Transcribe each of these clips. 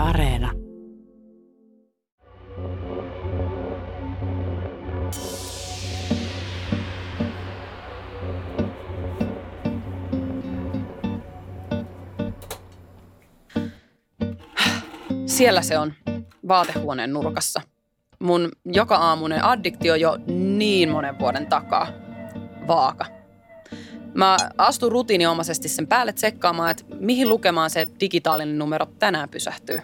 Areena. Siellä se on, vaatehuoneen nurkassa. Mun joka aamunen addiktio jo niin monen vuoden takaa. Vaaka. Mä astun rutiininomaisesti sen päälle tsekkaamaan, että mihin lukemaan se digitaalinen numero tänään pysähtyy.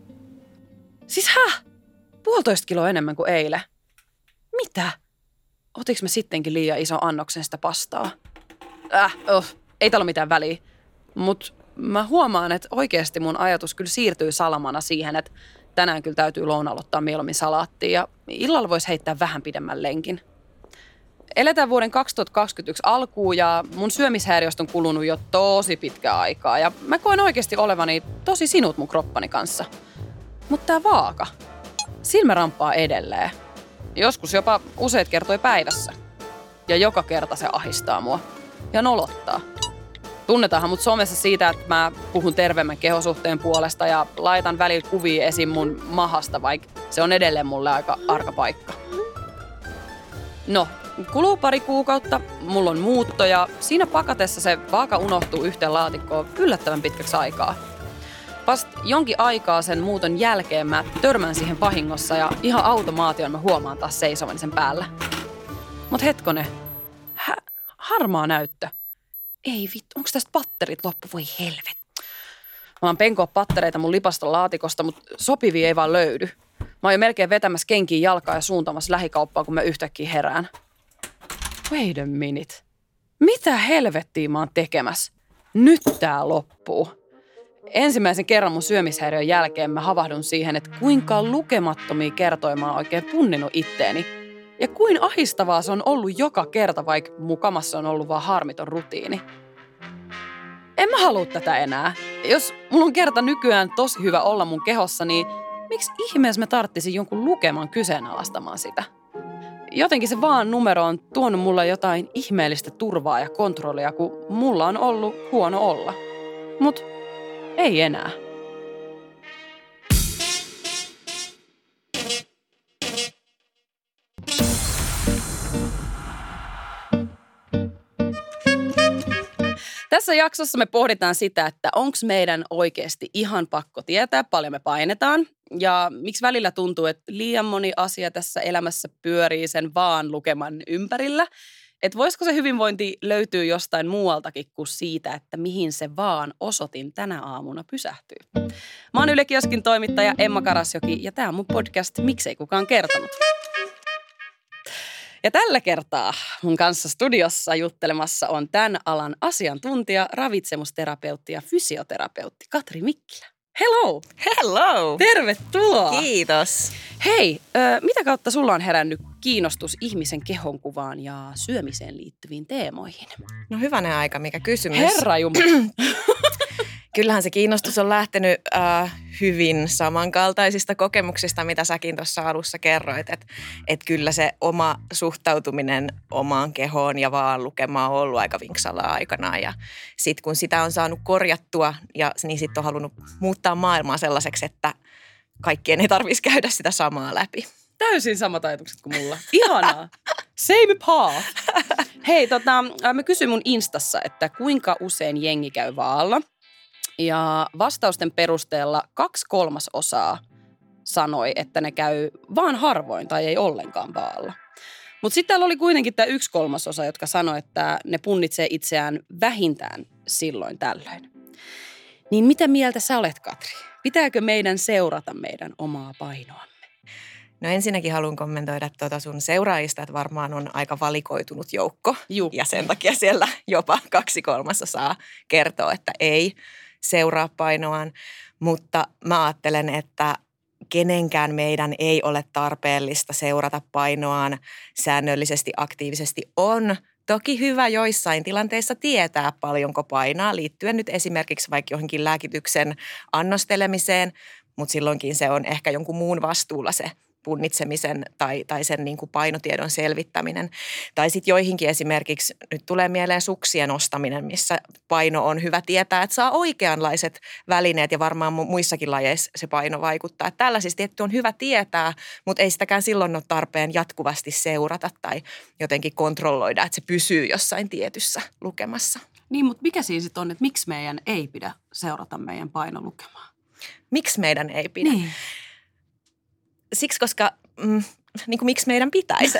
Siis 1,5 kiloa enemmän kuin eilen. Mitä? Otiks mä sittenkin liian ison annoksen sitä pastaa? Ei täällä ole mitään väliä. Mut mä huomaan, että oikeasti mun ajatus kyllä siirtyy salamana siihen, että tänään kyllä täytyy lounaalla ottaa mieluummin salaattia ja illalla voisi heittää vähän pidemmän lenkin. Eletään vuoden 2021 alkuun ja mun syömishäiriöstä on kulunut jo tosi pitkä aikaa ja mä koen oikeasti olevani tosi sinut mun kroppani kanssa. Mutta tää vaaka, silmä ramppaa edelleen. Joskus jopa useat kertoi päivässä. Ja joka kerta se ahistaa mua ja nolottaa. Tunnetaanhan mut somessa siitä, että mä puhun terveemmän kehosuhteen puolesta ja laitan välillä kuvia esim. Mun mahasta, vaikka se on edelleen mulle aika arka paikka. No, kuluu pari kuukautta, mulla on muutto ja siinä pakatessa se vaaka unohtuu yhteen laatikkoon yllättävän pitkäksi aikaa. Vasta jonkin aikaa sen muuton jälkeen mä törmään siihen vahingossa ja ihan automaation mä huomaan taas seisovani sen päällä. Mut hetkonen, harmaa näyttö. Ei vittu, onko tästä patterit loppu? Voi helvet. Mä oon penkoa pattereita mun lipaston laatikosta, mutta sopivia ei vaan löydy. Mä oon jo melkein vetämässä kenkiin jalkaa ja suuntaamassa lähikauppaan, kun mä yhtäkkiä herään. Wait a minute. Mitä helvettiä mä oon tekemässä? Nyt tää loppuu. Ensimmäisen kerran mun syömishäiriön jälkeen mä havahdun siihen, että kuinka lukemattomia kertoja mä oon oikein punninut itteeni. Ja kuin ahistavaa se on ollut joka kerta, vaikka mukamassa on ollut vaan harmiton rutiini. En mä halua tätä enää. Jos mulla on kerta nykyään tosi hyvä olla mun kehossa, niin miksi ihmeessä mä tarttisin jonkun lukeman kyseenalaistamaan sitä? Jotenkin se vaan numero on tuonut mulle jotain ihmeellistä turvaa ja kontrollia, kun mulla on ollut huono olla. Mut ei enää. Tässä jaksossa me pohditaan sitä, että onko meidän oikeasti ihan pakko tietää, paljon me painetaan. Ja miksi välillä tuntuu, että liian moni asia tässä elämässä pyörii sen vaan lukeman ympärillä. Että voisiko se hyvinvointi löytyy jostain muualtakin kuin siitä, että mihin se vaan osoitin tänä aamuna pysähtyy. Mä oon Yle Kioskin toimittaja Emma Karasjoki ja tää on mun podcast Miksei kukaan kertonut. Ja tällä kertaa mun kanssa studiossa juttelemassa on tämän alan asiantuntija, ravitsemusterapeutti ja fysioterapeutti Katri Mikkilä. Hello! Hello! Tervetuloa! Kiitos! Hei, mitä kautta sulla on herännyt kiinnostus ihmisen kehonkuvaan ja syömiseen liittyviin teemoihin? No hyvänen aika, mikä kysymys. Herra Jumala! Kyllähän se kiinnostus on lähtenyt hyvin samankaltaisista kokemuksista, mitä säkin tuossa alussa kerroit. Että kyllä se oma suhtautuminen omaan kehoon ja vaan lukemaan on ollut aika vinksalla aikanaan. Ja sitten kun sitä on saanut korjattua, niin sitten on halunnut muuttaa maailmaa sellaiseksi, että kaikkien ei tarvitsisi käydä sitä samaa läpi. Täysin samat ajatukset kuin mulla. Ihanaa. Same path. Hei, mä kysyin mun Instassa, että kuinka usein jengi käy vaalla. Ja vastausten perusteella 2/3 sanoi, että ne käy vaan harvoin tai ei ollenkaan vaalla. Mutta sitten täällä oli kuitenkin tämä 1/3, jotka sanoi, että ne punnitsee itseään vähintään silloin tällöin. Niin mitä mieltä sä olet, Katri? Pitääkö meidän seurata meidän omaa painoamme? No ensinnäkin haluan kommentoida sun seuraajista, että varmaan on aika valikoitunut joukko. Juh. Ja sen takia siellä jopa 2/3 kertoo, että ei seuraa painoaan. Mutta mä ajattelen, että kenenkään meidän ei ole tarpeellista seurata painoaan säännöllisesti, aktiivisesti. On toki hyvä joissain tilanteissa tietää paljonko painaa liittyen nyt esimerkiksi vaikka johonkin lääkityksen annostelemiseen, mutta silloinkin se on ehkä jonkun muun vastuulla se punnitsemisen tai sen niin kuin painotiedon selvittäminen. Tai sitten joihinkin esimerkiksi, nyt tulee mieleen suksien ostaminen, missä paino on hyvä tietää, että saa oikeanlaiset välineet ja varmaan muissakin lajeissa se paino vaikuttaa. Että tällaisista tietty on hyvä tietää, mutta ei sitäkään silloin ole tarpeen jatkuvasti seurata tai jotenkin kontrolloida, että se pysyy jossain tietyssä lukemassa. Niin, mutta mikä siinä sitten on, että miksi meidän ei pidä seurata meidän painolukemaa? Miksi meidän ei pidä? Niin. Siksi, koska niin kuin miksi meidän pitäisi.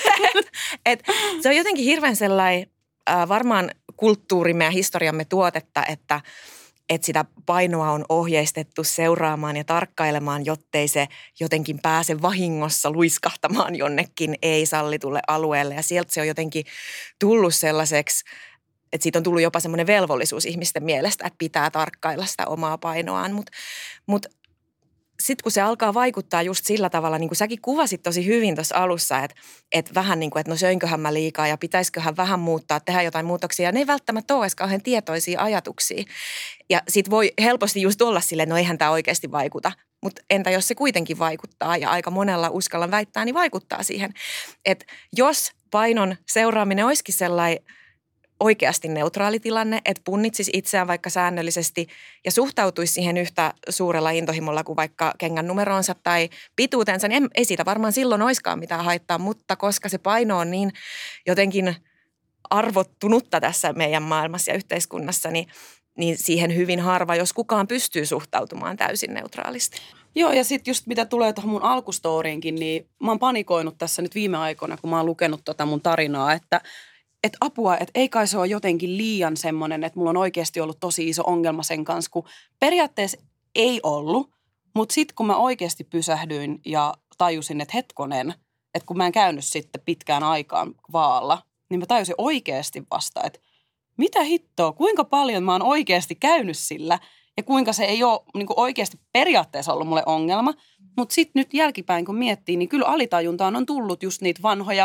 Se on jotenkin hirveän sellainen varmaan kulttuurimme ja historiamme tuotetta, että sitä painoa on ohjeistettu seuraamaan ja tarkkailemaan, jottei se jotenkin pääse vahingossa luiskahtamaan jonnekin ei-sallitulle alueelle. Ja sieltä se on jotenkin tullut sellaiseksi, että siitä on tullut jopa semmoinen velvollisuus ihmisten mielestä, että pitää tarkkailla sitä omaa painoaan. Mutta sitten kun se alkaa vaikuttaa just sillä tavalla, niin kuin säkin kuvasit tosi hyvin tuossa alussa, että vähän niin kuin, että no söinköhän mä liikaa ja pitäisiköhän vähän muuttaa, tehdä jotain muutoksia. Ja ne ei välttämättä ole edes kauhean tietoisia ajatuksia. Ja sit voi helposti just olla silleen, no eihän tämä oikeasti vaikuta. Mutta entä jos se kuitenkin vaikuttaa ja aika monella uskallan väittää, niin vaikuttaa siihen. Että jos painon seuraaminen olisikin sellainen oikeasti neutraali tilanne, että punnitsisi itseään vaikka säännöllisesti ja suhtautuisi siihen yhtä suurella intohimolla kuin vaikka kengän numeroonsa tai pituutensa, niin ei siitä varmaan silloin olisikaan mitään haittaa, mutta koska se paino on niin jotenkin arvottunutta tässä meidän maailmassa ja yhteiskunnassa, niin siihen hyvin harva, jos kukaan pystyy suhtautumaan täysin neutraalisti. Joo, ja sitten just mitä tulee tuohon mun alkustoriinkin, niin mä oon panikoinut tässä nyt viime aikoina, kun mä oon lukenut tota mun tarinaa, että apua, että ei kai se ole jotenkin liian semmoinen, että mulla on oikeasti ollut tosi iso ongelma sen kanssa, kun periaatteessa ei ollut, mutta sitten kun mä oikeasti pysähdyin ja tajusin, että hetkonen, että kun mä en käynyt sitten pitkään aikaan vaalla, niin mä tajusin oikeasti vasta, että mitä hittoa, kuinka paljon mä oon oikeasti käynyt sillä ja kuinka se ei ole niin kuin oikeasti periaatteessa ollut mulle ongelma. Mutta sitten nyt jälkipäin kun miettii, niin kyllä alitajuntaan on tullut just niitä vanhoja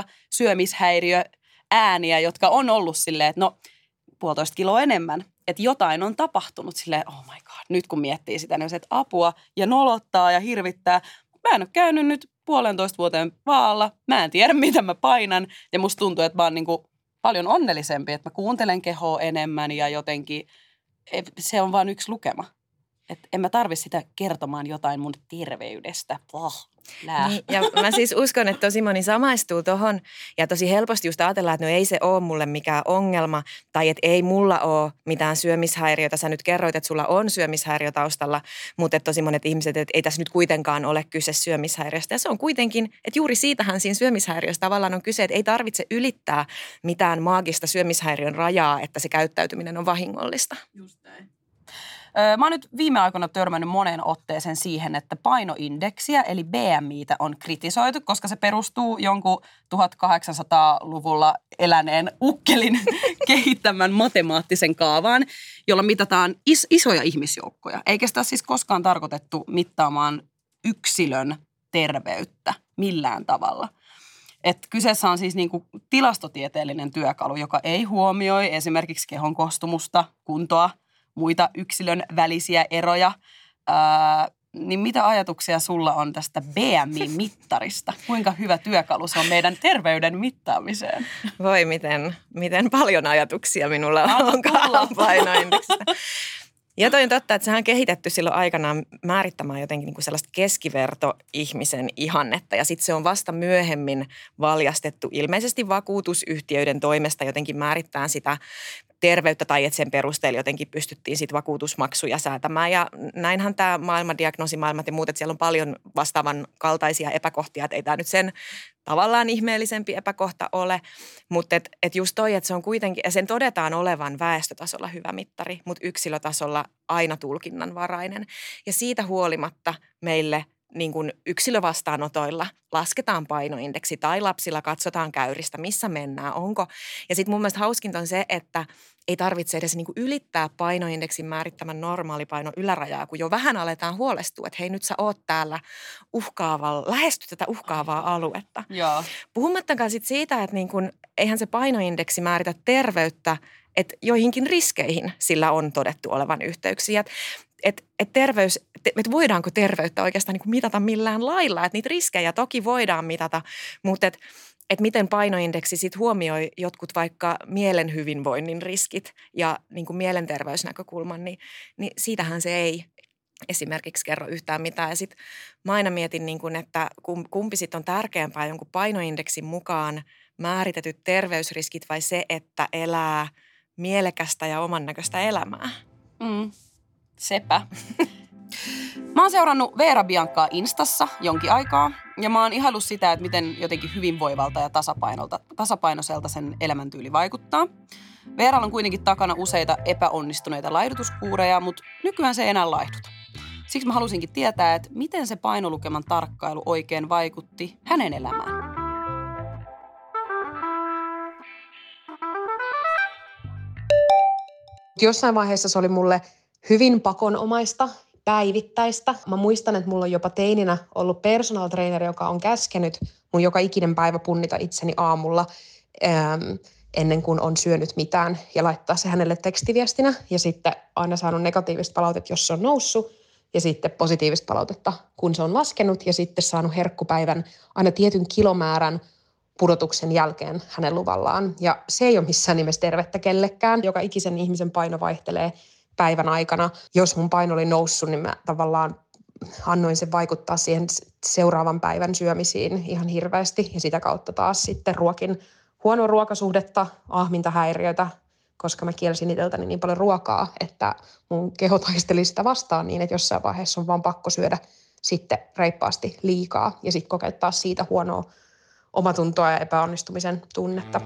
syömishäiriöääniä, jotka on ollut silleen, että no 1,5 kiloa enemmän. Että jotain on tapahtunut silleen, oh my god, nyt kun miettii sitä, niin on se, että apua ja nolottaa ja hirvittää. Mä en ole käynyt nyt 1,5 vuoteen vaalla, mä en tiedä mitä mä painan ja musta tuntuu, että mä oon niin kuin paljon onnellisempi, että mä kuuntelen kehoa enemmän ja jotenkin se on vaan yksi lukema. Että en mä tarvitse sitä kertomaan jotain mun terveydestä. Niin, ja mä siis uskon, että tosi moni samaistuu tohon ja tosi helposti just ajatellaan, että no ei se ole mulle mikään ongelma tai että ei mulla ole mitään syömishäiriötä. Sä nyt kerroit, että sulla on syömishäiriö taustalla, mutta että tosi monet ihmiset, että ei tässä nyt kuitenkaan ole kyse syömishäiriöstä. Ja se on kuitenkin, että juuri siitähän siinä syömishäiriössä tavallaan on kyse, että ei tarvitse ylittää mitään maagista syömishäiriön rajaa, että se käyttäytyminen on vahingollista. Just näin. Mä oon nyt viime aikoina törmännyt moneen otteeseen siihen, että painoindeksiä eli BMI:tä on kritisoitu, koska se perustuu jonkun 1800-luvulla eläneen ukkelin kehittämän matemaattisen kaavaan, jolla mitataan isoja ihmisjoukkoja. Eikä sitä siis koskaan tarkoitettu mittaamaan yksilön terveyttä millään tavalla. Et kyseessä on siis niinku tilastotieteellinen työkalu, joka ei huomioi esimerkiksi kehon koostumusta, kuntoa, muita yksilön välisiä eroja. Niin mitä ajatuksia sulla on tästä BMI-mittarista? Kuinka hyvä työkalu se on meidän terveyden mittaamiseen? Voi miten paljon ajatuksia minulla onkaan painoindeksistä. Ja toi on totta, että sehän on kehitetty silloin aikanaan määrittämään jotenkin niin kuin sellaista keskivertoihmisen ihannetta. Ja sitten se on vasta myöhemmin valjastettu ilmeisesti vakuutusyhtiöiden toimesta jotenkin määrittämään sitä terveyttä tai että sen perusteella jotenkin pystyttiin sitten vakuutusmaksuja säätämään. Ja näinhän tämä diagnoosimaailmat ja muut, että siellä on paljon vastaavan kaltaisia epäkohtia, että ei tämä nyt sen tavallaan ihmeellisempi epäkohta ole. Mutta et just toi, että se on kuitenkin, ja sen todetaan olevan väestötasolla hyvä mittari, mutta yksilötasolla aina tulkinnanvarainen. Ja siitä huolimatta meille niin kuin yksilövastaanotoilla lasketaan painoindeksi tai lapsilla katsotaan käyristä, missä mennään, onko. Ja sitten mun mielestä hauskinta on se, että ei tarvitse edes niin kuin ylittää painoindeksin määrittämän normaalipainon ylärajaa, kun jo vähän aletaan huolestua, että hei nyt sä oot täällä lähesty tätä uhkaavaa aluetta. Joo. Puhumattakaan sitten siitä, että niin kuin, eihän se painoindeksi määritä terveyttä, että joihinkin riskeihin sillä on todettu olevan yhteyksiä. että voidaanko terveyttä oikeastaan niin kuin mitata millään lailla. Että niitä riskejä toki voidaan mitata, mutta että miten painoindeksi sit huomioi jotkut vaikka mielen hyvinvoinnin riskit ja niin kuin mielenterveysnäkökulman, niin siitähän se ei esimerkiksi kerro yhtään mitään. Ja sitten mä aina mietin, niin kuin, että kumpi sitten on tärkeämpää, jonkun painoindeksin mukaan määritetyt terveysriskit vai se, että elää mielekästä ja oman näköistä elämää. Sepä. Mä oon seurannut Veera Biancaa Instassa jonkin aikaa ja mä oon ihaillut sitä, että miten jotenkin hyvinvoivalta ja tasapainoiselta sen elämäntyyli vaikuttaa. Veeralla on kuitenkin takana useita epäonnistuneita laihdutuskuureja, mutta nykyään se ei enää laihduta. Siksi mä halusinkin tietää, että miten se painolukeman tarkkailu oikein vaikutti hänen elämään. Jossain vaiheessa se oli mulle hyvin pakonomaista, päivittäistä. Mä muistan, että mulla on jopa teininä ollut personal trainer, joka on käskenyt mun joka ikinen päivä punnita itseni aamulla ennen kuin on syönyt mitään ja laittaa se hänelle tekstiviestinä. Ja sitten aina saanut negatiivista palautetta, jos se on noussut ja sitten positiivista palautetta, kun se on laskenut ja sitten saanut herkkupäivän aina tietyn kilomäärän pudotuksen jälkeen hänen luvallaan. Ja se ei ole missään nimessä tervettä kellekään. Joka ikisen ihmisen paino vaihtelee päivän aikana. Jos mun paino oli noussut, niin mä tavallaan annoin sen vaikuttaa siihen seuraavan päivän syömisiin ihan hirveästi. Ja sitä kautta taas sitten ruokin huonoa ruokasuhdetta, ahmintahäiriöitä, koska mä kielsin itseltäni niin paljon ruokaa, että mun keho taisteli sitä vastaan niin, että jossain vaiheessa on vaan pakko syödä sitten reippaasti liikaa ja sitten kokeittaa siitä huonoa omatuntoa ja epäonnistumisen tunnetta.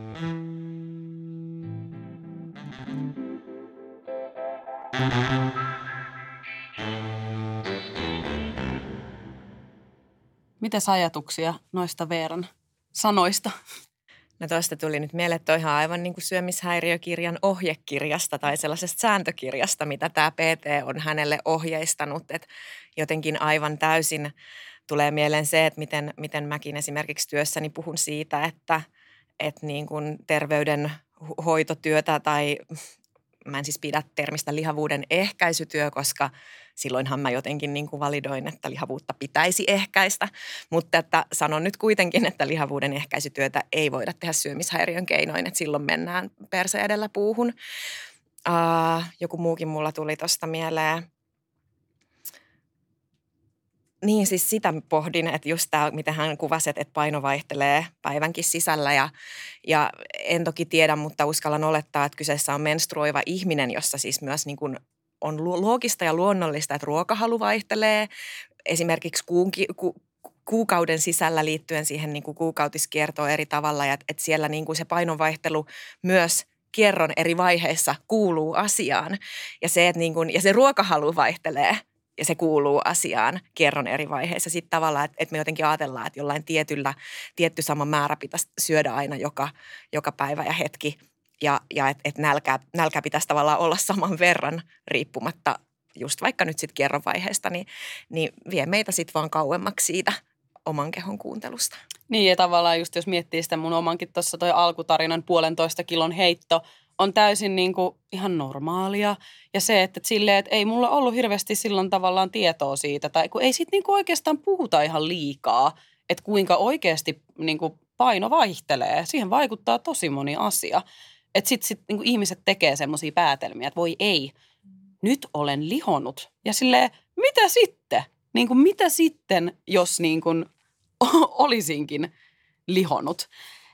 Mitäs ajatuksia noista Veeran sanoista? No tuosta tuli nyt mieleen, että ihan aivan niin kuin syömishäiriökirjan ohjekirjasta tai sellaisesta sääntökirjasta, mitä tämä PT on hänelle ohjeistanut. Että jotenkin aivan täysin tulee mieleen se, että miten mäkin esimerkiksi työssäni puhun siitä, että niin kuin terveydenhoitotyötä tai mä en siis pidä termistä lihavuuden ehkäisytyö, koska silloinhan mä jotenkin niin kuin validoin, että lihavuutta pitäisi ehkäistä. Mutta että sanon nyt kuitenkin, että lihavuuden ehkäisytyötä ei voida tehdä syömishäiriön keinoin, että silloin mennään perse edellä puuhun. Joku muukin mulla tuli tuosta mieleen. Niin, siis sitä pohdin, että just tämä, miten hän kuvasi, että paino vaihtelee päivänkin sisällä ja en toki tiedä, mutta uskallan olettaa, että kyseessä on menstruoiva ihminen, jossa siis myös niin kuin on loogista ja luonnollista, että ruokahalu vaihtelee esimerkiksi kuukauden sisällä liittyen siihen niin kuin kuukautiskiertoon eri tavalla ja että siellä niin kuin se painonvaihtelu myös kierron eri vaiheissa kuuluu asiaan ja se, että niin kuin, ja se ruokahalu vaihtelee. Ja se kuuluu asiaan kierron eri vaiheissa. Sitten tavallaan, että me jotenkin ajatellaan, että jollain tietty sama määrä pitäisi syödä aina joka päivä ja hetki. Ja että nälkä pitäisi tavallaan olla saman verran riippumatta just vaikka nyt sitten kierron vaiheesta, niin vie meitä sitten vaan kauemmaksi siitä oman kehon kuuntelusta. Niin ja tavallaan just jos miettii sitä mun omankin tuossa toi alkutarinan 1,5 kilon heitto, on täysin niin kuin ihan normaalia. Ja se, että silleen, että ei mulla ollut hirveästi silloin tavallaan tietoa siitä. Tai kun ei sit niin kuin oikeastaan puhuta ihan liikaa, että kuinka oikeasti niin kuin paino vaihtelee. Siihen vaikuttaa tosi moni asia. Että sit niin kuin ihmiset tekee semmoisia päätelmiä, että voi ei, nyt olen lihonnut. Ja silleen, mitä sitten? Niin kuin mitä sitten, jos niin kuin olisinkin lihonnut?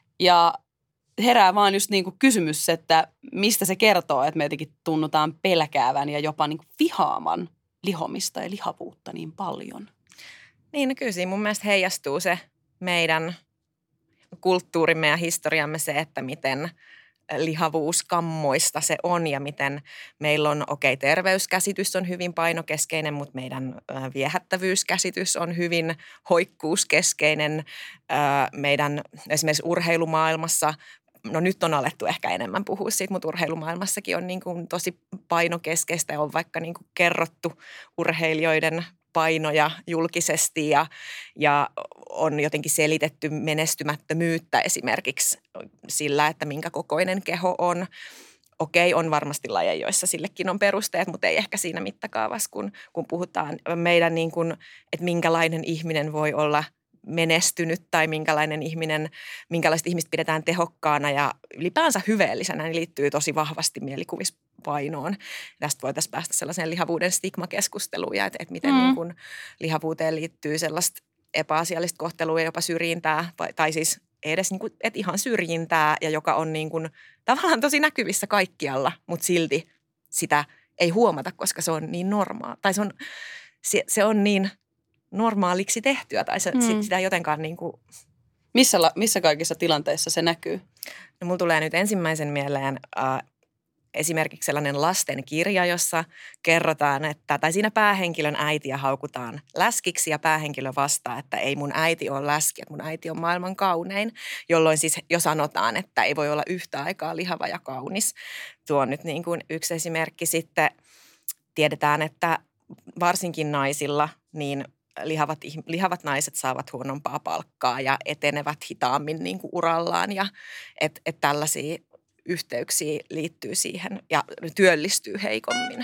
Ja herää vaan just niin kuin kysymys, että mistä se kertoo, että me jotenkin tunnutaan pelkäävän ja jopa niin kuin vihaavan lihomista ja lihavuutta niin paljon. Niin, no kyllä siinä mun mielestä heijastuu se meidän kulttuurimme ja historiamme se, että miten lihavuuskammoista se on ja miten meillä on, terveyskäsitys on hyvin painokeskeinen, mutta meidän viehättävyyskäsitys on hyvin hoikkuuskeskeinen. Meidän esimerkiksi urheilumaailmassa, no nyt on alettu ehkä enemmän puhua siitä, mutta urheilumaailmassakin on niin kuin tosi painokeskeistä ja on vaikka niin kuin kerrottu urheilijoiden painoja julkisesti ja on jotenkin selitetty menestymättömyyttä esimerkiksi sillä, että minkä kokoinen keho okei, on varmasti lajeja, joissa sillekin on perusteet, mutta ei ehkä siinä mittakaavassa, kun puhutaan meidän niin kuin, että minkälainen ihminen voi olla menestynyt tai minkälaiset ihmiset pidetään tehokkaana ja ylipäänsä hyveellisenä, niin liittyy tosi vahvasti mielikuvispainoon. Tästä voitaisiin päästä sellaiseen lihavuuden stigmakeskusteluun ja että miten niin kuin lihavuuteen liittyy sellaista epäasiallista kohtelua ja jopa syrjintää tai siis edes niin kuin, että ihan syrjintää ja joka on niin kuin tavallaan tosi näkyvissä kaikkialla, mutta silti sitä ei huomata, koska se on niin normaa. Tai se on niin normaaliksi tehtyä tai sitä jotenkaan niin kuin... Missä kaikissa tilanteissa se näkyy? No, mulla tulee nyt ensimmäisen mieleen esimerkiksi sellainen lastenkirja, jossa kerrotaan, tai siinä päähenkilön äitiä haukutaan läskiksi ja päähenkilö vastaa, että ei mun äiti ole läski, että mun äiti on maailman kaunein, jolloin siis jo sanotaan, että ei voi olla yhtä aikaa lihava ja kaunis. Tuo on nyt niin kuin yksi esimerkki. Sitten tiedetään, että varsinkin naisilla niin lihavat naiset saavat huonompaa palkkaa ja etenevät hitaammin niin kuin urallaan ja että tällaisia yhteyksiä liittyy siihen ja työllistyy heikommin.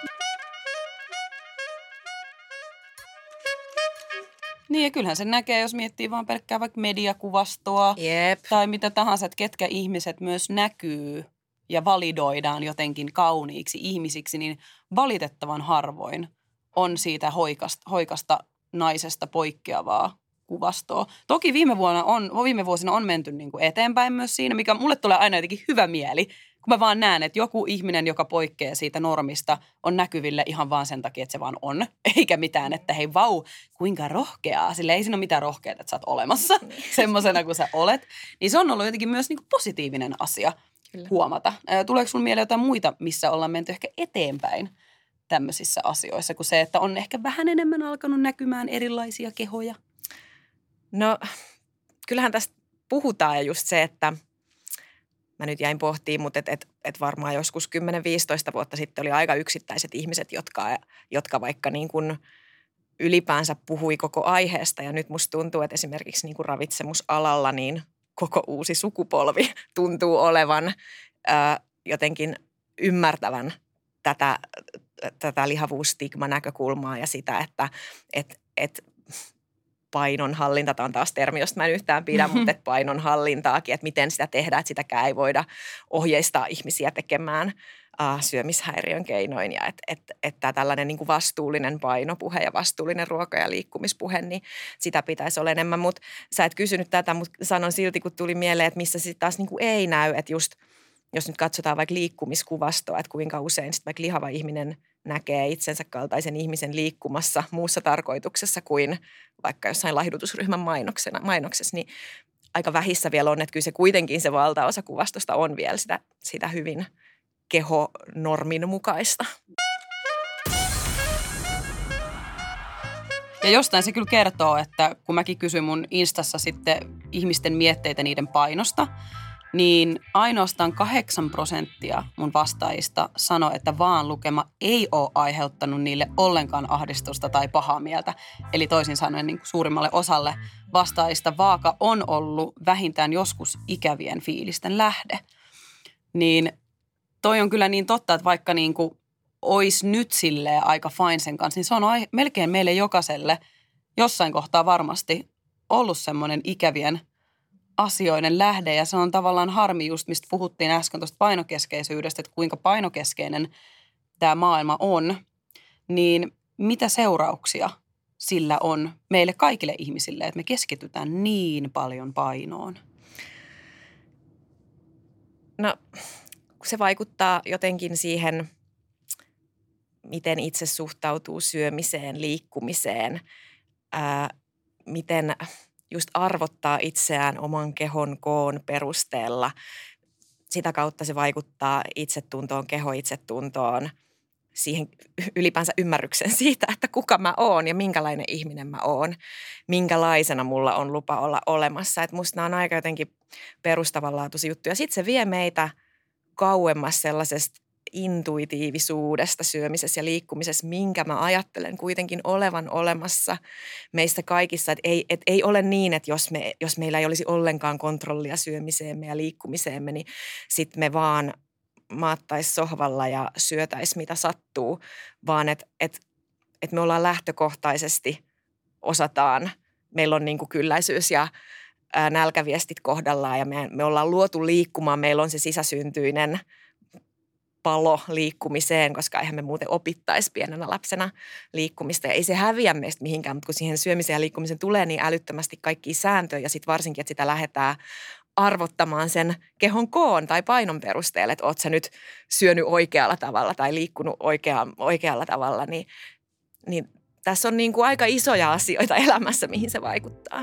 Niin ja kyllähän se näkee, jos miettii vaan pelkkää vaikka mediakuvastoa Jep. tai mitä tahansa, että ketkä ihmiset myös näkyy ja validoidaan jotenkin kauniiksi ihmisiksi, niin valitettavan harvoin on siitä hoikasta naisesta poikkeavaa kuvastoa. Toki viime vuosina on menty niin kuin eteenpäin myös siinä, mikä mulle tulee aina jotenkin hyvä mieli, kun mä vaan näen, että joku ihminen, joka poikkeaa siitä normista, on näkyville ihan vaan sen takia, että se vaan on. Eikä mitään, että hei vau, kuinka rohkeaa. Sillä ei siinä ole mitään rohkeaa, että sä oot olemassa semmoisena kuin sä olet. Niin se on ollut jotenkin myös niin kuin positiivinen asia huomata. Tuleeko sun mieleen jotain muita, missä ollaan menty ehkä eteenpäin tämmöisissä asioissa, kuin se, että on ehkä vähän enemmän alkanut näkymään erilaisia kehoja? No, kyllähän tästä puhutaan ja just se, että mä nyt jäin pohtimaan, mutta et varmaan joskus 10-15 vuotta sitten oli aika yksittäiset ihmiset, jotka vaikka niin kuin ylipäänsä puhui koko aiheesta. Ja nyt musta tuntuu, että esimerkiksi niin kuin ravitsemusalalla niin koko uusi sukupolvi tuntuu olevan jotenkin ymmärtävän tätä lihavuusstigma-näkökulmaa ja sitä, että painonhallinta, tämä on taas termi, josta mä en yhtään pidä, mutta että painonhallintaakin, että miten sitä tehdään, että sitäkään ei voida ohjeistaa ihmisiä tekemään syömishäiriön keinoin ja että tällainen niin kuin vastuullinen painopuhe ja vastuullinen ruoka- ja liikkumispuhe, niin sitä pitäisi olla enemmän, mutta sä et kysynyt tätä, mutta sanon silti, kun tuli mieleen, että missä sitten taas niin kuin ei näy, että just jos nyt katsotaan vaikka liikkumiskuvastoa, että kuinka usein sitten vaikka lihava ihminen näkee itsensä kaltaisen ihmisen liikkumassa muussa tarkoituksessa kuin vaikka jossain laihdutusryhmän mainoksessa, niin aika vähissä vielä on, että kyllä se kuitenkin se valtaosa kuvastosta on vielä sitä hyvin kehonormin mukaista. Ja jostain se kyllä kertoo, että kun mäkin kysyin mun Instassa sitten ihmisten mietteitä niiden painosta, niin ainoastaan 8% mun vastaajista sanoi, että vaan lukema ei ole aiheuttanut niille ollenkaan ahdistusta tai pahaa mieltä. Eli toisin sanoen niin kuin suurimmalle osalle vastaajista vaaka on ollut vähintään joskus ikävien fiilisten lähde. Niin toi on kyllä niin totta, että vaikka niin kuin olisi nyt silleen aika fine sen kanssa, niin se on melkein meille jokaiselle jossain kohtaa varmasti ollut semmoinen ikävien asioiden lähde ja se on tavallaan harmi just, mistä puhuttiin äsken tuosta painokeskeisyydestä, että kuinka painokeskeinen tämä maailma on, niin mitä seurauksia sillä on meille kaikille ihmisille, että me keskitytään niin paljon painoon? No, se vaikuttaa jotenkin siihen, miten itse suhtautuu syömiseen, liikkumiseen, miten just arvottaa itseään oman kehon koon perusteella. Sitä kautta se vaikuttaa itsetuntoon, kehoitsetuntoon, siihen ylipäänsä ymmärryksen siitä, että kuka mä oon ja minkälainen ihminen mä oon, minkälaisena mulla on lupa olla olemassa. Että musta nämä on aika jotenkin perustavanlaatuisia juttuja. Sitten se vie meitä kauemmas sellaisesta intuitiivisuudesta syömisessä ja liikkumisessa, minkä mä ajattelen kuitenkin olevan olemassa meistä kaikissa. Että ei ole niin, että jos meillä ei olisi ollenkaan kontrollia syömiseemme ja liikkumiseemme, niin sitten me vaan maattaisi sohvalla ja syötäisi mitä sattuu, vaan että me ollaan lähtökohtaisesti, osataan, meillä on niin kuin kylläisyys ja nälkäviestit kohdallaan ja me ollaan luotu liikkumaan, meillä on se sisäsyntyinen palo liikkumiseen, koska eihän me muuten opittaisi pienenä lapsena liikkumista. Ja ei se häviä meistä mihinkään, mutta kun siihen syömiseen ja liikkumisen tulee niin älyttömästi kaikkia sääntöjä ja sitten varsinkin, että sitä lähdetään arvottamaan sen kehon koon tai painon perusteella, että oot sä nyt syönyt oikealla tavalla tai liikkunut oikealla tavalla, niin tässä on niin kuin aika isoja asioita elämässä, mihin se vaikuttaa.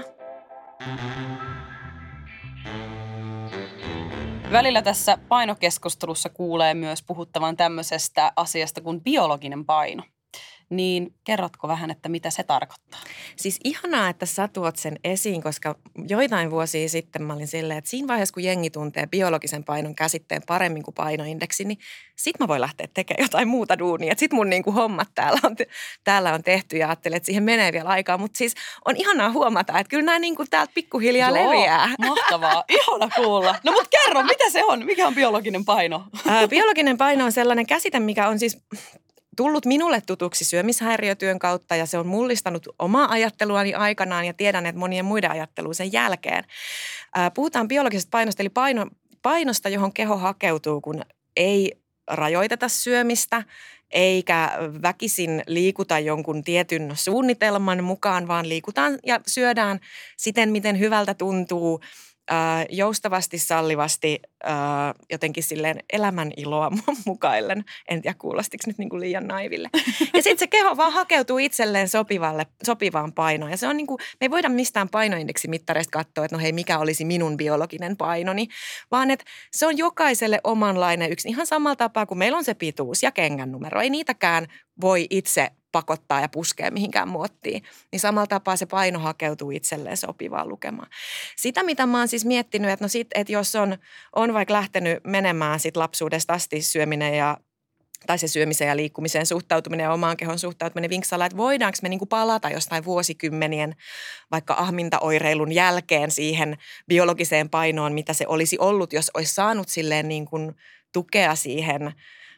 Välillä tässä painokeskustelussa kuulee myös puhuttavan tämmöisestä asiasta kuin biologinen paino. Niin kerrotko vähän, että mitä se tarkoittaa? Siis ihanaa, että sä tuot sen esiin, koska joitain vuosia sitten mä olin silleen, että siinä vaiheessa, kun jengi tuntee biologisen painon käsitteen paremmin kuin painoindeksi, niin sit mä voin lähteä tekemään jotain muuta duunia. Että sit mun niinku hommat täällä on tehty ja ajattelin, että siihen menee vielä aikaa. Mutta siis on ihanaa huomata, että kyllä nämä niinku täältä pikkuhiljaa leviää. Mahtavaa. Ihana kuulla. No mut kerro, mitä se on? Mikä on biologinen paino? Biologinen paino on sellainen käsite, mikä on siis tullut minulle tutuksi syömishäiriötyön kautta ja se on mullistanut omaa ajatteluani aikanaan ja tiedän, että monien muiden ajattelua sen jälkeen. Puhutaan biologisesta painosta eli painosta, johon keho hakeutuu, kun ei rajoiteta syömistä eikä väkisin liikuta jonkun tietyn suunnitelman mukaan, vaan liikutaan ja syödään siten, miten hyvältä tuntuu, joustavasti, sallivasti, jotenkin silleen elämän iloa mukaillen. En tiedä, kuulostiko nyt niin kuin liian naiville. Ja sitten se keho vaan hakeutuu itselleen sopivaan painoon. Ja se on niin kuin, me ei voida mistään painoindeksimittareista katsoa, että no hei, mikä olisi minun biologinen painoni, vaan että se on jokaiselle omanlainen yksi. Ihan samalla tapaa kuin meillä on se pituus ja kengän numero. Ei niitäkään voi itse pakottaa ja puskea mihinkään muottiin, niin samalla tapaa se paino hakeutuu itselleen sopivaan lukemaan. Sitä, mitä mä oon siis miettinyt, että no sit, että jos on vaikka lähtenyt menemään sit lapsuudesta asti syöminen tai se syömiseen ja liikkumiseen suhtautuminen ja omaan kehon suhtautuminen vinksalla, että voidaanko me niinku palata jostain vuosikymmenien vaikka ahmintaoireilun jälkeen siihen biologiseen painoon, mitä se olisi ollut, jos olisi saanut silleen niin kuin tukea siihen,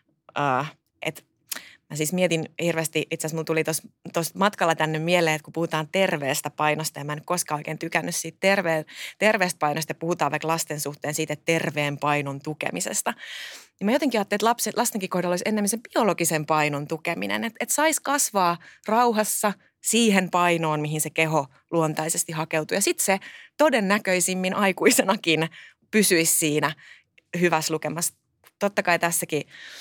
että mä siis mietin hirveästi, itse asiassa mulla tuli tuossa matkalla tänne mieleen, että kun puhutaan terveestä painosta, ja mä en koskaan oikein tykännyt siitä terveestä painosta, ja puhutaan vaikka lasten suhteen siitä, että terveen painon tukemisesta. Niin mä jotenkin ajattelin, että lastenkin kohdalla olisi enemmän sen biologisen painon tukeminen, että saisi kasvaa rauhassa siihen painoon, mihin se keho luontaisesti hakeutuu. Ja sitten se todennäköisimmin aikuisenakin pysyisi siinä hyvässä lukemassa. Totta kai tässäkin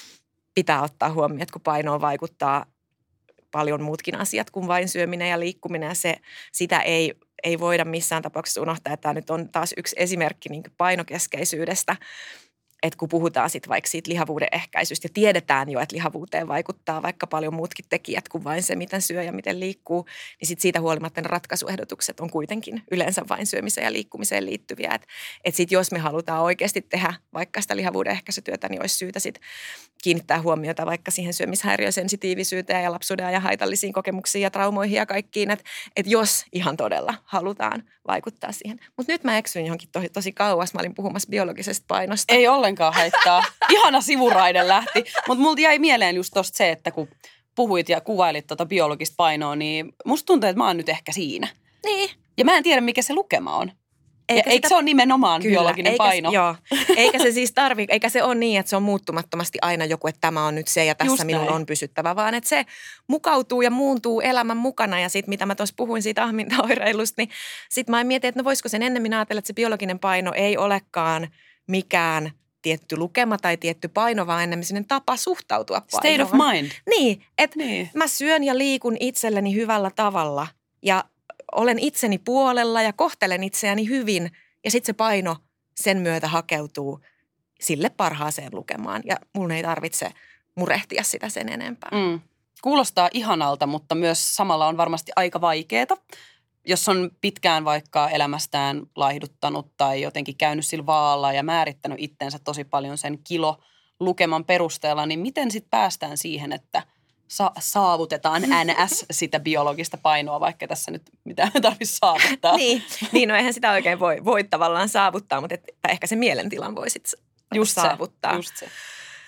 pitää ottaa huomioon, että kun painoon vaikuttaa paljon muutkin asiat kuin vain syöminen ja liikkuminen. Ja sitä ei voida missään tapauksessa unohtaa. Että tämä nyt on taas yksi esimerkki niin kuin painokeskeisyydestä. Että kun puhutaan sitten vaikka siitä lihavuuden ehkäisystä ja tiedetään jo, että lihavuuteen vaikuttaa vaikka paljon muutkin tekijät kuin vain se, miten syö ja miten liikkuu, niin sitten siitä huolimatta ne ratkaisuehdotukset on kuitenkin yleensä vain syömiseen ja liikkumiseen liittyviä. Että sitten jos me halutaan oikeasti tehdä vaikka sitä lihavuuden ehkäisytyötä, niin olisi syytä sitten kiinnittää huomiota vaikka siihen syömishäiriösensitiivisyyteen ja lapsuuden ja haitallisiin kokemuksiin ja traumoihin ja kaikkiin, että jos ihan todella halutaan vaikuttaa siihen. Mutta nyt mä eksyin johonkin tosi kauas. Mä olin puhumassa biologisesta painosta. Ei ollenkaan haittaa. Ihana sivuraide lähti. Mutta multa jäi mieleen just tosta se, että kun puhuit ja kuvailit tota biologista painoa, niin musta tuntuu, että mä oon nyt ehkä siinä. Niin. Ja mä en tiedä, mikä se lukema on. Eikö se ole nimenomaan kyllä, biologinen paino? Joo. Eikä se siis eikä se ole niin, että se on muuttumattomasti aina joku, että tämä on nyt se ja tässä just minun on pysyttävä, vaan että se mukautuu ja muuntuu elämän mukana. Ja sitten mitä mä tuossa puhuin siitä ahmintaoireilusta, niin sitten mä mietin, että no voisiko sen ennemmin ajatella, että se biologinen paino ei olekaan mikään tietty lukema tai tietty paino, vaan enemmän sellainen tapa suhtautua painoon. State of mind. Niin, että mä syön ja liikun itselleni hyvällä tavalla ja olen itseni puolella ja kohtelen itseäni hyvin ja sitten se paino sen myötä hakeutuu sille parhaaseen lukemaan ja mun ei tarvitse murehtia sitä sen enempää. Kuulostaa ihanalta, mutta myös samalla on varmasti aika vaikeeta. Jos on pitkään vaikka elämästään laihduttanut tai jotenkin käynyt sillä vaalla ja määrittänyt itsensä tosi paljon sen kilolukeman perusteella, niin miten sitten päästään siihen, että saavutetaan NS sitä biologista painoa, vaikka tässä nyt mitään tarvitsisi saavuttaa. niin, no eihän sitä oikein voi tavallaan saavuttaa, mutta ehkä se mielentilan voi sitten saavuttaa. Just se.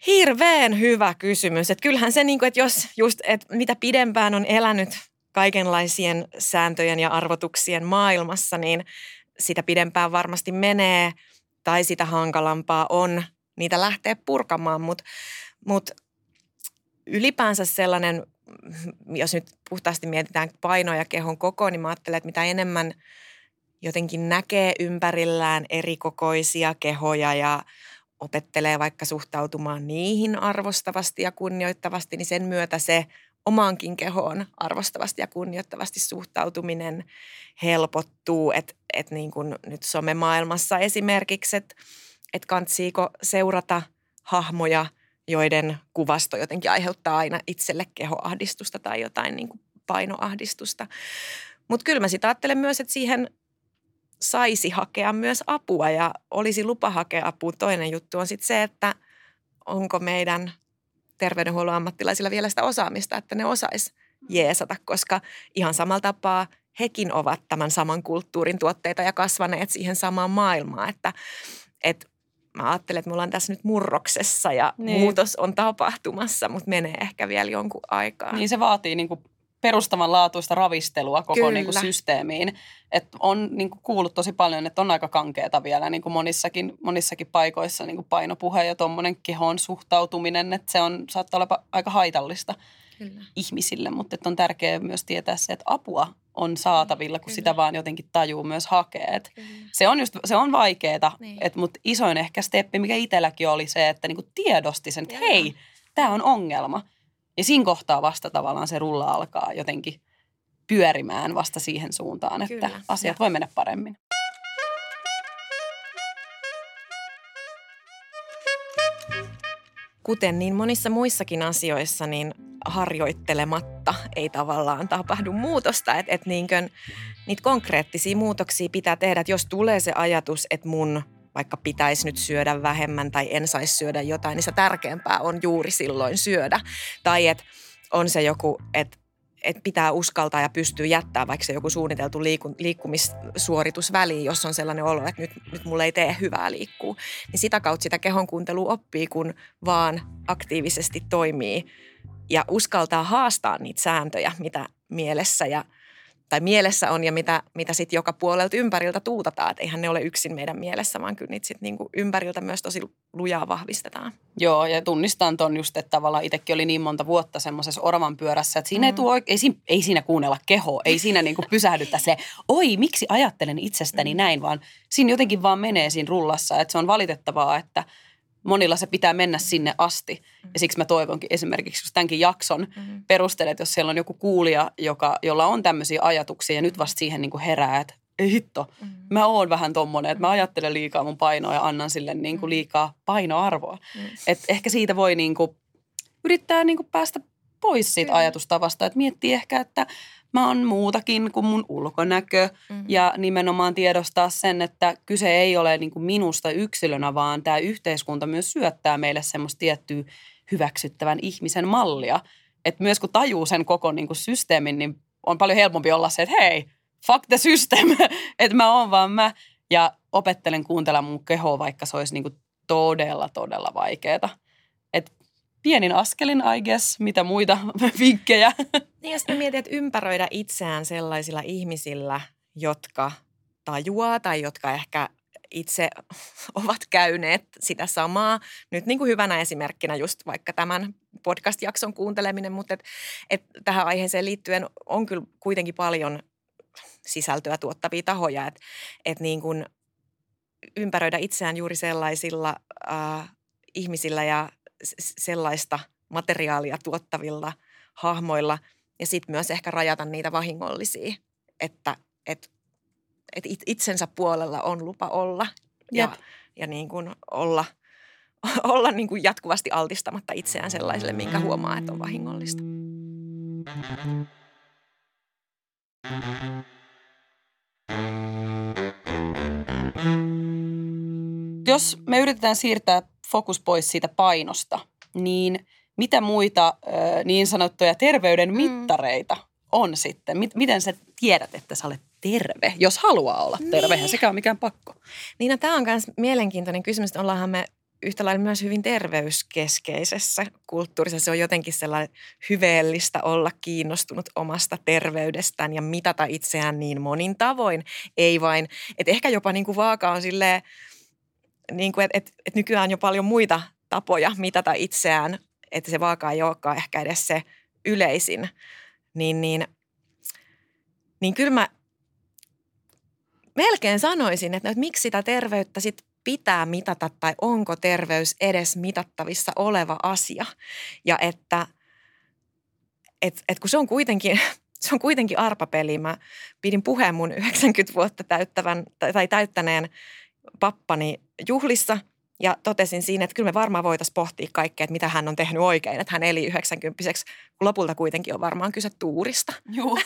Hirveän hyvä kysymys. Että kyllähän se, niin kuin, että jos just, että mitä pidempään on elänyt kaikenlaisien sääntöjen ja arvotuksien maailmassa, niin sitä pidempään varmasti menee tai sitä hankalampaa on niitä lähteä purkamaan. Mut ylipäänsä sellainen, jos nyt puhtaasti mietitään painoa ja kehon kokoa, niin mä ajattelen, että mitä enemmän jotenkin näkee ympärillään erikokoisia kehoja ja opettelee vaikka suhtautumaan niihin arvostavasti ja kunnioittavasti, niin sen myötä se omaankin kehoon arvostavasti ja kunnioittavasti suhtautuminen helpottuu. Että niin kuin nyt somemaailmassa esimerkiksi, että kantsiiko seurata hahmoja, joiden kuvasto jotenkin aiheuttaa aina itselle kehoahdistusta tai jotain niin kuin painoahdistusta. Mutta kyllä mä sitä ajattelen myös, että siihen saisi hakea myös apua ja olisi lupa hakea apua. Toinen juttu on sitten se, että onko meidän terveydenhuollon ammattilaisilla vielä sitä osaamista, että ne osais jeesata, koska ihan samalla tapaa hekin ovat tämän saman kulttuurin tuotteita ja kasvaneet siihen samaan maailmaan, että mä ajattelen, että me ollaan tässä nyt murroksessa ja muutos on tapahtumassa, mutta menee ehkä vielä jonkun aikaa. Niin se vaatii niinku perustavanlaatuista ravistelua koko niinku systeemiin. Et on niinku kuullut tosi paljon, että on aika kankeeta vielä niinku monissakin paikoissa niinku painopuhe ja tuommoinen kehoon suhtautuminen, että se saattaa olla aika haitallista ihmisille, mutta on tärkeää myös tietää se, että apua on saatavilla, kun sitä vaan jotenkin tajuu myös hakea. Se on vaikeeta, mutta isoin ehkä steppi, mikä itselläkin oli se, että niinku tiedosti sen, että hei, tämä on ongelma. Ja siinä kohtaa vasta tavallaan se rulla alkaa jotenkin pyörimään vasta siihen suuntaan, että asiat voi mennä paremmin. Kuten niin monissa muissakin asioissa, niin harjoittelematta ei tavallaan tapahdu muutosta. Että niitä konkreettisia muutoksia pitää tehdä, että jos tulee se ajatus, että mun vaikka pitäisi nyt syödä vähemmän tai en saisi syödä jotain, niin se tärkeämpää on juuri silloin syödä. Tai että on se joku, että pitää uskaltaa ja pystyy jättää vaikka se joku suunniteltu liikkumissuoritus väliin, jos on sellainen olo, että nyt mulle ei tee hyvää liikkua. Niin sitä kautta sitä kehon kuuntelua oppii, kun vaan aktiivisesti toimii ja uskaltaa haastaa niitä sääntöjä, mitä mielessä on ja mitä sitten joka puolelta ympäriltä tuutataan. Että eihän ne ole yksin meidän mielessä, vaan kyllä niitä sitten niinku ympäriltä myös tosi lujaa vahvistetaan. Joo, ja tunnistan ton just, että tavallaan itsekin oli niin monta vuotta semmoisessa oravan pyörässä, että siinä ei siinä kuunnella kehoa, ei siinä niinku pysähdytä se, oi, miksi ajattelen itsestäni näin, vaan siinä jotenkin vaan menee siinä rullassa. Että se on valitettavaa, että monilla se pitää mennä sinne asti. Ja siksi mä toivonkin esimerkiksi just tämänkin jakson perusteella, että jos siellä on joku kuulija, jolla on tämmöisiä ajatuksia ja nyt vasta siihen niin kuin herää, että ei hitto, mä oon vähän tommonen, että mä ajattelen liikaa mun painoa ja annan sille niin kuin liikaa painoarvoa. Että ehkä siitä voi niin kuin yrittää niin kuin päästä pois siitä ajatustavasta, että miettii ehkä, että mä oon muutakin kuin mun ulkonäkö ja nimenomaan tiedostaa sen, että kyse ei ole niin kuin minusta yksilönä, vaan tämä yhteiskunta myös syöttää meille semmoista tiettyä hyväksyttävän ihmisen mallia. Että myös kun tajuu sen koko niin kuin systeemin, niin on paljon helpompi olla se, että hei, fuck the system, että mä oon vaan mä ja opettelen kuuntelemaan mun kehoa, vaikka se olisi niin kuin todella vaikeeta. Että pienin askelin, I guess, mitä muita vinkkejä. Niin, jos mä mietin, että ympäröidä itseään sellaisilla ihmisillä, jotka tajuaa tai jotka ehkä itse ovat käyneet sitä samaa. Nyt niin kuin hyvänä esimerkkinä just vaikka tämän podcast-jakson kuunteleminen, mutta et tähän aiheeseen liittyen on kyllä kuitenkin paljon sisältöä tuottavia tahoja, että niin kuin ympäröidä itseään juuri sellaisilla ihmisillä ja sellaista materiaalia tuottavilla hahmoilla ja sitten myös ehkä rajata niitä vahingollisia, että itsensä puolella on lupa olla ja niin kuin olla niin kuin jatkuvasti altistamatta itseään sellaiselle, minkä huomaa, että on vahingollista. Jos me yritetään siirtää fokus pois siitä painosta, niin mitä muita niin sanottuja terveyden mittareita on sitten? Miten sä tiedät, että sä olet terve, jos haluaa olla terve? Eihän sekään ole mikään pakko. Niin, no, tämä on myös mielenkiintoinen kysymys. Ollaanhan me yhtä lailla myös hyvin terveyskeskeisessä kulttuurissa. Se on jotenkin sellainen hyveellistä olla kiinnostunut omasta terveydestään ja mitata itseään niin monin tavoin. Ei vain, että ehkä jopa niin kuin vaaka on silleen, niin kuin, että nykyään jo paljon muita tapoja mitata itseään, että se vaaka ei olekaan ehkä edes se yleisin. Niin kyllä mä melkein sanoisin, että miksi sitä terveyttä sit pitää mitata tai onko terveys edes mitattavissa oleva asia. Ja että kun se on kuitenkin arpapeli. Mä pidin puheen mun 90 vuotta täyttäneen pappani juhlissa ja totesin siinä, että kyllä me varmaan voitaisiin pohtia kaikkea, että mitä hän on tehnyt oikein, että hän eli 90-vuotiaaksi, kun lopulta kuitenkin on varmaan kyse tuurista. Joo.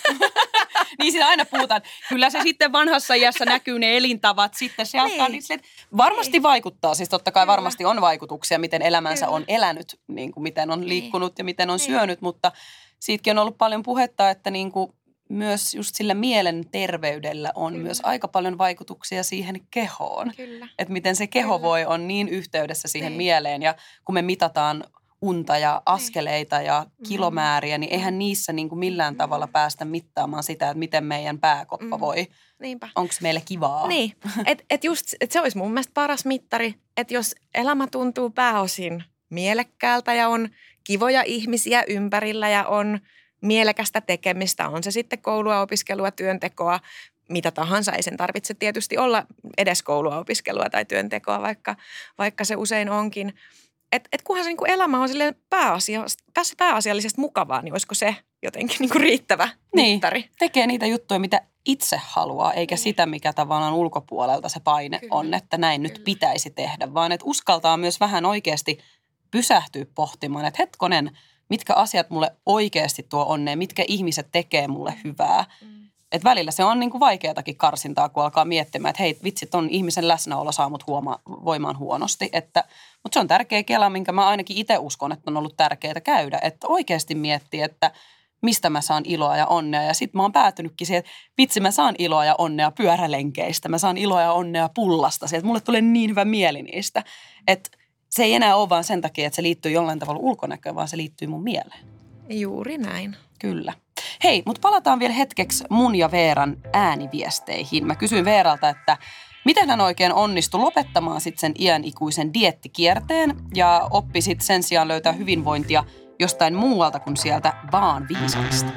Niin siinä aina puhutaan. Kyllä se sitten vanhassa iässä näkyy ne elintavat. Sitten se alkaa niin silleen, varmasti vaikuttaa. Siis totta kai varmasti on vaikutuksia, miten elämänsä on elänyt, niin kuin miten on liikkunut ja miten on syönyt. Mutta siitäkin on ollut paljon puhetta, että niin kuin myös just sillä mielenterveydellä on myös aika paljon vaikutuksia siihen kehoon. Kyllä. Että miten se keho voi on niin yhteydessä siihen mieleen. Ja kun me mitataan unta ja askeleita ja kilomääriä, niin eihän niissä niin kuin millään tavalla päästä mittaamaan sitä, että miten meidän pääkoppa voi. Niinpä. Onko meille kivaa? Niin, että se olisi mun mielestä paras mittari, että jos elämä tuntuu pääosin mielekkäältä ja on kivoja ihmisiä ympärillä ja on mielekästä tekemistä, on se sitten koulua, opiskelua, työntekoa, mitä tahansa. Ei sen tarvitse tietysti olla edes koulua, opiskelua tai työntekoa, vaikka se usein onkin. Että kunhan se niin kuin elämä on silleen pääasiallisesti mukavaa, niin olisiko se jotenkin niin kuin riittävä mittari? Niin, tekee niitä juttuja, mitä itse haluaa, eikä sitä, mikä tavallaan ulkopuolelta se paine on, että näin nyt pitäisi tehdä, vaan että uskaltaa myös vähän oikeasti pysähtyä pohtimaan, että hetkonen, mitkä asiat mulle oikeasti tuo onnea, mitkä ihmiset tekee mulle hyvää. Että välillä se on niin kuin vaikeatakin karsintaa, kun alkaa miettimään, että hei vitsi, ton ihmisen läsnäolo saa mut voimaan huonosti. Mutta se on tärkeä kela, minkä mä ainakin itse uskon, että on ollut tärkeää käydä. Että oikeasti miettiä, että mistä mä saan iloa ja onnea. Ja sit mä oon päätynytkin siihen, että vitsi mä saan iloa ja onnea pyörälenkeistä. Mä saan iloa ja onnea pullasta. Että mulle tulee niin hyvä mieli niistä. Että se ei enää ole vaan sen takia, että se liittyy jollain tavalla ulkonäköön, vaan se liittyy mun mieleen. Juuri näin. Kyllä. Hei, mutta palataan vielä hetkeksi mun ja Veeran ääniviesteihin. Mä kysyin Veeralta, että miten hän oikein onnistui lopettamaan sitten sen iänikuisen dieettikierteen ja oppi sitten sen sijaan löytää hyvinvointia jostain muualta kuin sieltä vaan viisarista.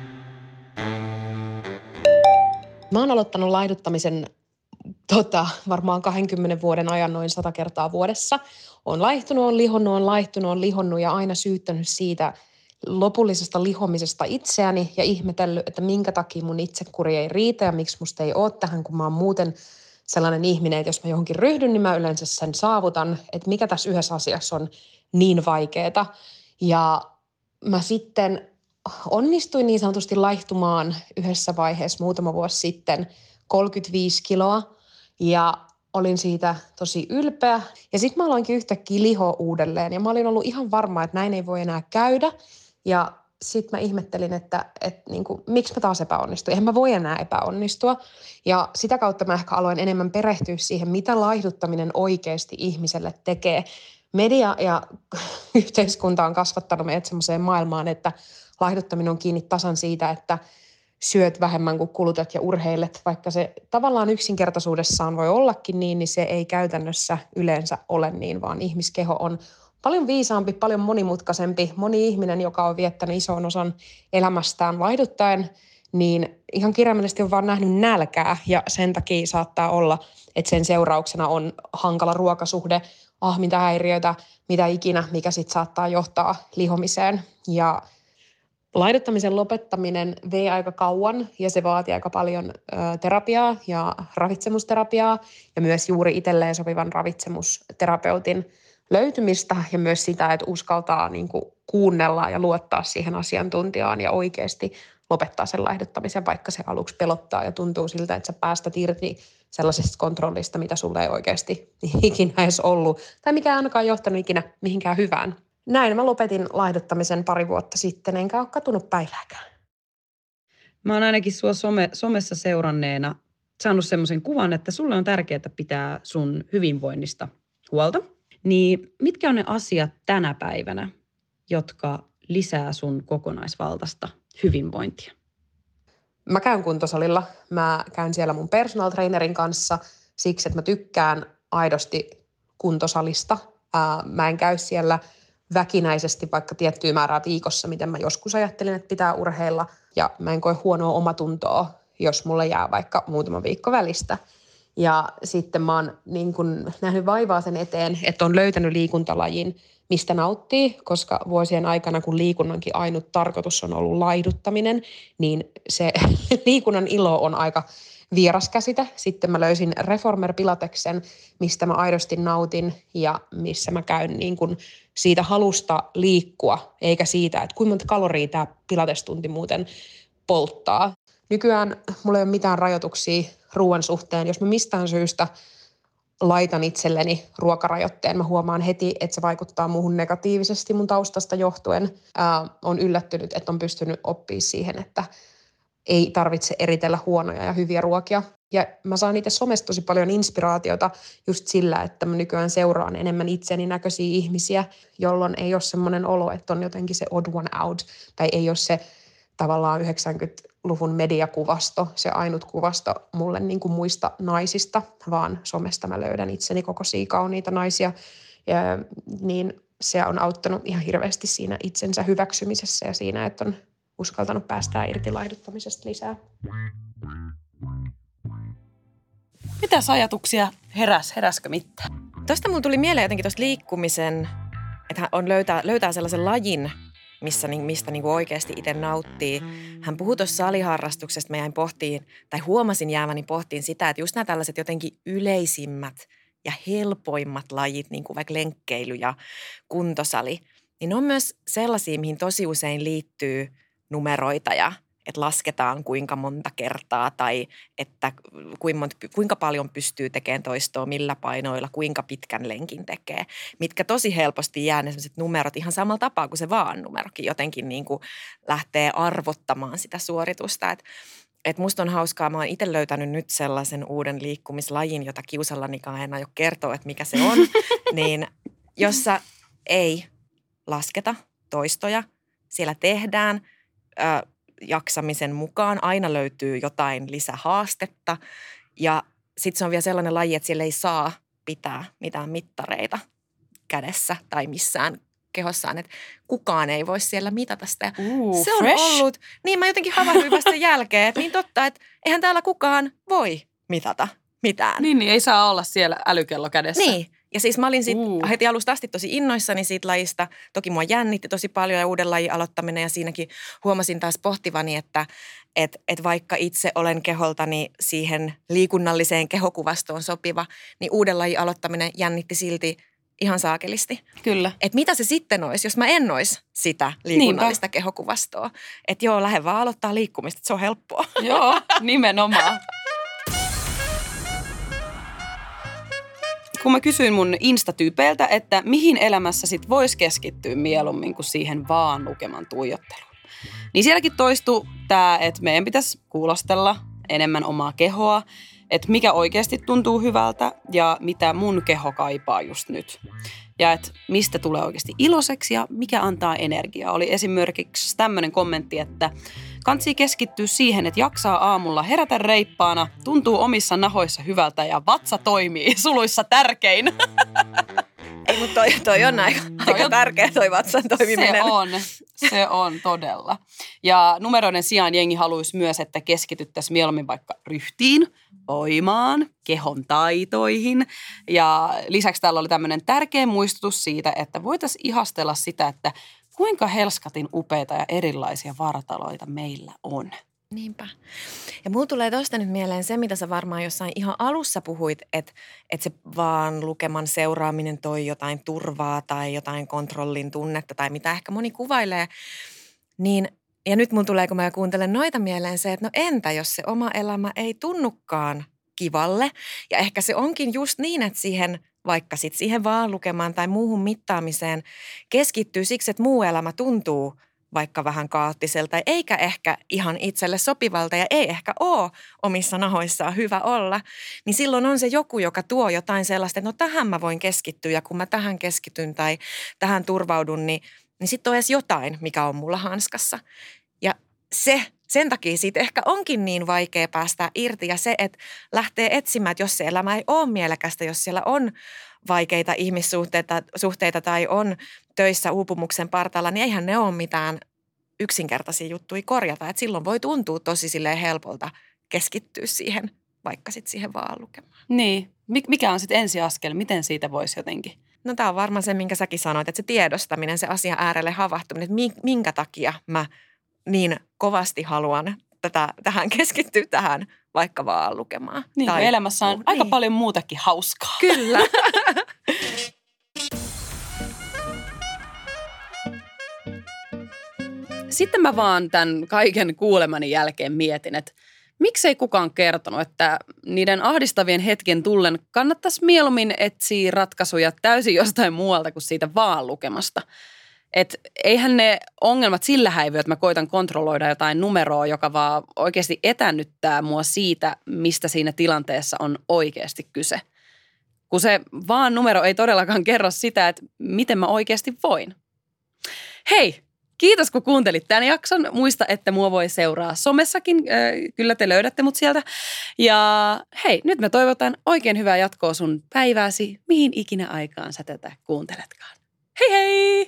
Mä oon aloittanut laihduttamisen varmaan 20 vuoden ajan noin 100 kertaa vuodessa. Oon laihtunut, oon lihonnut, oon laihtunut, oon lihonnut ja aina syyttänyt siitä lopullisesta lihomisesta itseäni ja ihmetellyt, että minkä takia mun itsekuri ei riitä ja miksi musta ei ole tähän, kun mä oon muuten sellainen ihminen, että jos mä johonkin ryhdyn, niin mä yleensä sen saavutan, että mikä tässä yhdessä asiassa on niin vaikeeta. Ja mä sitten onnistuin niin sanotusti laihtumaan yhdessä vaiheessa muutama vuosi sitten 35 kiloa ja olin siitä tosi ylpeä. Ja sitten mä aloinkin yhtäkkiä lihoa uudelleen ja mä olin ollut ihan varma, että näin ei voi enää käydä. Ja sitten mä ihmettelin, että niin kuin, miksi mä taas epäonnistuin. Eihän mä voi enää epäonnistua. Ja sitä kautta mä ehkä aloin enemmän perehtyä siihen, mitä laihduttaminen oikeasti ihmiselle tekee. Media ja yhteiskunta on kasvattanut meidät semmoiseen maailmaan, että laihduttaminen on kiinni tasan siitä, että syöt vähemmän kuin kulutat ja urheilet. Vaikka se tavallaan yksinkertaisuudessaan voi ollakin niin se ei käytännössä yleensä ole niin, vaan ihmiskeho on paljon viisaampi, paljon monimutkaisempi. Moni ihminen, joka on viettänyt ison osan elämästään laihduttaen, niin ihan kirjaimellisesti on vaan nähnyt nälkää ja sen takia saattaa olla, että sen seurauksena on hankala ruokasuhde, ahmintahäiriöitä, mitä ikinä, mikä sitten saattaa johtaa lihomiseen. Ja laiduttamisen lopettaminen vei aika kauan ja se vaati aika paljon terapiaa ja ravitsemusterapiaa ja myös juuri itselleen sopivan ravitsemusterapeutin löytymistä ja myös sitä, että uskaltaa niin kuin kuunnella ja luottaa siihen asiantuntijaan ja oikeasti lopettaa sen laihduttamisen, vaikka se aluksi pelottaa ja tuntuu siltä, että sä päästät irti sellaisesta kontrollista, mitä sulle ei oikeasti ikinä edes ollut tai mikä ei ainakaan johtanut ikinä mihinkään hyvään. Näin mä lopetin laihduttamisen 2 vuotta sitten, enkä ole katunut päivääkään. Mä oon ainakin sua somessa seuranneena saanut semmoisen kuvan, että sulle on tärkeää pitää sun hyvinvoinnista huolta. Niin mitkä on ne asiat tänä päivänä, jotka lisää sun kokonaisvaltaista hyvinvointia? Mä käyn kuntosalilla. Mä käyn siellä mun personal trainerin kanssa siksi, että mä tykkään aidosti kuntosalista. Mä en käy siellä väkinäisesti vaikka tiettyä määrää viikossa, miten mä joskus ajattelin, että pitää urheilla. Ja mä en koe huonoa omatuntoa, jos mulle jää vaikka muutama viikko välistä. Ja sitten mä oon niin kun nähnyt vaivaa sen eteen, että on löytänyt liikuntalajin, mistä nauttii, koska vuosien aikana, kun liikunnankin ainut tarkoitus on ollut laiduttaminen, niin se liikunnan ilo on aika vieras käsite. Sitten mä löysin Reformer Pilateksen, mistä mä aidosti nautin ja missä mä käyn niin kun siitä halusta liikkua, eikä siitä, että kuinka monta kaloria tämä pilatestunti muuten polttaa. Nykyään mulla ei ole mitään rajoituksia ruoan suhteen. Jos mä mistään syystä laitan itselleni ruokarajoitteen, mä huomaan heti, että se vaikuttaa muuhun negatiivisesti mun taustasta johtuen. On yllättynyt, että on pystynyt oppimaan siihen, että ei tarvitse eritellä huonoja ja hyviä ruokia. Ja mä saan itse somesta tosi paljon inspiraatiota just sillä, että mä nykyään seuraan enemmän itseni näköisiä ihmisiä, jolloin ei ole semmoinen olo, että on jotenkin se odd one out, tai ei ole se tavallaan 90-luvun mediakuvasto, se ainut kuvasto mulle niin kuin muista naisista, vaan somesta mä löydän itseni kokoisia kauniita naisia. Ja, niin se on auttanut ihan hirveästi siinä itsensä hyväksymisessä ja siinä, että on uskaltanut päästää irti laiduttamisesta lisää. Mitäs ajatuksia heräskö mitään? Tuosta mulla tuli mieleen jotenkin tuosta liikkumisen, että hän löytää sellaisen lajin, mistä niin kuin oikeasti itse nauttii. Hän puhui tuossa saliharrastuksesta, mä jäin pohtiin, tai huomasin jääväni pohtiin sitä, että just nämä tällaiset jotenkin yleisimmät ja helpoimmat lajit, niin kuin vaikka lenkkeily ja kuntosali, niin ne on myös sellaisia, mihin tosi usein liittyy numeroita ja että lasketaan kuinka monta kertaa tai että kuinka paljon pystyy tekemään toistoa, millä painoilla, kuinka pitkän lenkin tekee. Mitkä tosi helposti jää ne sellaiset numerot ihan samalla tapaa kuin se vaan numerokin jotenkin niin kuin lähtee arvottamaan sitä suoritusta. Että musta on hauskaa, mä oon itse löytänyt nyt sellaisen uuden liikkumislajin, jota kiusallanikaan en aio kertoa, että mikä se on, niin jossa ei lasketa toistoja, siellä tehdään jaksamisen mukaan. Aina löytyy jotain lisähaastetta ja sitten se on vielä sellainen laji, että siellä ei saa pitää mitään mittareita kädessä tai missään kehossaan, että kukaan ei voi siellä mitata sitä. Se on fresh. ollut, niin mä jotenkin havahduin vasta jälkeen, että niin totta, että eihän täällä kukaan voi mitata mitään. Niin, ei saa olla siellä älykello kädessä. Niin. Ja siis mä olin heti alusta asti tosi innoissani siitä lajista. Toki mua jännitti tosi paljon ja uuden lajin aloittaminen ja siinäkin huomasin taas pohtivani, että vaikka itse olen keholtani siihen liikunnalliseen kehokuvastoon sopiva, niin uuden lajin aloittaminen jännitti silti ihan saakelisti. Kyllä. Että mitä se sitten olisi, jos mä en olisi sitä liikunnallista kehokuvastoa. Että joo, lähde vaan aloittaa liikkumista, että se on helppoa. Joo, nimenomaan. Kun mä kysyin mun Insta-tyypeiltä, että mihin elämässä sit voisi keskittyä mieluummin kuin siihen vaan lukeman tuijotteluun. Niin sielläkin toistui tämä, että meidän pitäisi kuulostella enemmän omaa kehoa, että mikä oikeasti tuntuu hyvältä ja mitä mun keho kaipaa just nyt. Ja että mistä tulee oikeasti iloiseksi ja mikä antaa energiaa. Oli esimerkiksi tämmöinen kommentti, että kansi keskittyä siihen, että jaksaa aamulla herätä reippaana, tuntuu omissa nahoissa hyvältä ja vatsa toimii, suluissa tärkein. Ei, mutta toi on aika tärkeä toi vatsan toimiminen. Se on todella. Ja numeroiden sijaan jengi haluaisi myös, että keskityttäisiin mieluummin vaikka ryhtiin, voimaan, kehon taitoihin. Ja lisäksi täällä oli tämmöinen tärkeä muistutus siitä, että voitaisiin ihastella sitä, että kuinka helskatin upeita ja erilaisia vartaloita meillä on. Niinpä. Ja mulla tulee tosta nyt mieleen se, mitä sä varmaan jossain ihan alussa puhuit, että se vaan lukeman seuraaminen toi jotain turvaa tai jotain kontrollin tunnetta tai mitä ehkä moni kuvailee. Niin, ja nyt mun tulee, kun mä kuuntelen noita mieleen se, että no entä jos se oma elämä ei tunnukaan kivalle. Ja ehkä se onkin just niin, että siihen vaikka sitten siihen vaan lukemaan tai muuhun mittaamiseen keskittyy siksi, että muu elämä tuntuu vaikka vähän kaoottiselta, eikä ehkä ihan itselle sopivalta ja ei ehkä ole omissa nahoissaan hyvä olla, niin silloin on se joku, joka tuo jotain sellaista, että no tähän mä voin keskittyä ja kun mä tähän keskityn tai tähän turvaudun, niin sitten on edes jotain, mikä on mulla hanskassa. Ja sen takia siitä ehkä onkin niin vaikea päästä irti ja se, että lähtee etsimään, että jos se elämä ei ole mielekästä, jos siellä on vaikeita ihmissuhteita tai on töissä uupumuksen partaalla, niin eihän ne ole mitään yksinkertaisia juttuja korjata. Et silloin voi tuntua tosi silleen helpolta keskittyä siihen, vaikka sitten siihen vaan lukemaan. Niin. Mikä on sitten ensiaskel? Miten siitä voisi jotenkin? No tämä on varmaan se, minkä säkin sanoit, että se tiedostaminen, se asian äärelle havahtuminen, että minkä takia mä niin kovasti haluan tähän keskittyä tähän vaikka vaan lukemaan. Niin, tai elämässä on aika paljon muutakin hauskaa. Kyllä. Sitten mä vaan tämän kaiken kuulemani jälkeen mietin, että miksei kukaan kertonut, että niiden ahdistavien hetken tullen kannattaisi mieluummin etsiä ratkaisuja täysin jostain muualta kuin siitä vaan lukemasta. Että eihän ne ongelmat sillä häivy, että mä koitan kontrolloida jotain numeroa, joka vaan oikeasti etännyttää mua siitä, mistä siinä tilanteessa on oikeasti kyse. Kun se vaan numero ei todellakaan kerro sitä, että miten mä oikeasti voin. Hei! Kiitos, kun kuuntelit tämän jakson. Muista, että mua voi seuraa somessakin. Kyllä te löydätte mut sieltä. Ja hei, nyt mä toivotan oikein hyvää jatkoa sun päivääsi, mihin ikinä aikaan sä tätä kuunteletkaan. Hei hei!